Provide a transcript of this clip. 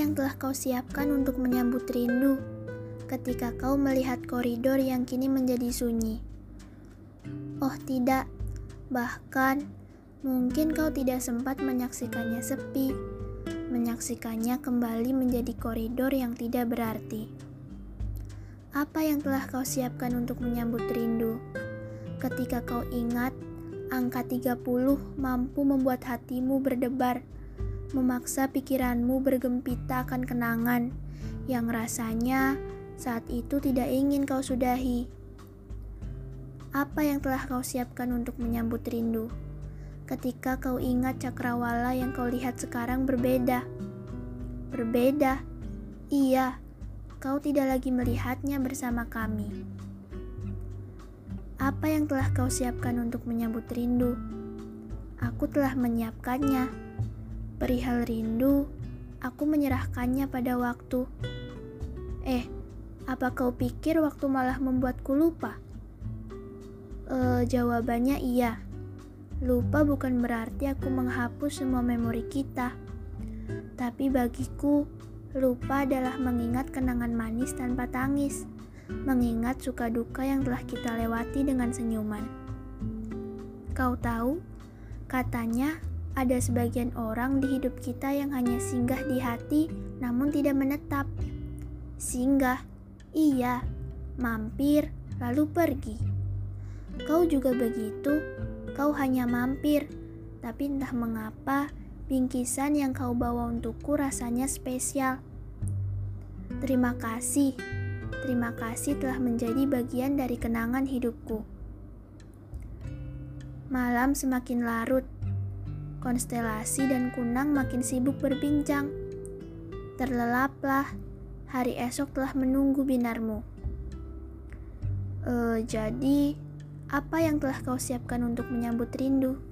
yang telah kau siapkan untuk menyambut rindu ketika kau melihat koridor yang kini menjadi sunyi? Oh tidak, bahkan mungkin kau tidak sempat menyaksikannya sepi, menyaksikannya kembali menjadi koridor yang tidak berarti. Apa yang telah kau siapkan untuk menyambut rindu ketika kau ingat angka 30 mampu membuat hatimu berdebar, memaksa pikiranmu bergempita akan kenangan yang rasanya saat itu tidak ingin kau sudahi? Apa yang telah kau siapkan untuk menyambut rindu ketika kau ingat cakrawala yang kau lihat sekarang berbeda? Berbeda? Iya, kau tidak lagi melihatnya bersama kami. Apa yang telah kau siapkan untuk menyambut rindu? Aku telah menyiapkannya. Perihal rindu, aku menyerahkannya pada waktu. Apa kau pikir waktu malah membuatku lupa? Jawabannya iya. Lupa bukan berarti aku menghapus semua memori kita. Tapi bagiku, lupa adalah mengingat kenangan manis tanpa tangis, mengingat suka duka yang telah kita lewati dengan senyuman. Kau tahu, katanya ada sebagian orang di hidup kita yang hanya singgah di hati namun tidak menetap. Singgah, iya, mampir, lalu pergi. Kau juga begitu, kau hanya mampir, tapi entah mengapa bingkisan yang kau bawa untukku rasanya spesial. Terima kasih telah menjadi bagian dari kenangan hidupku. Malam semakin larut, konstelasi dan kunang makin sibuk berbincang. Terlelaplah, hari esok telah menunggu binarmu. Jadi, apa yang telah kau siapkan untuk menyambut rindu?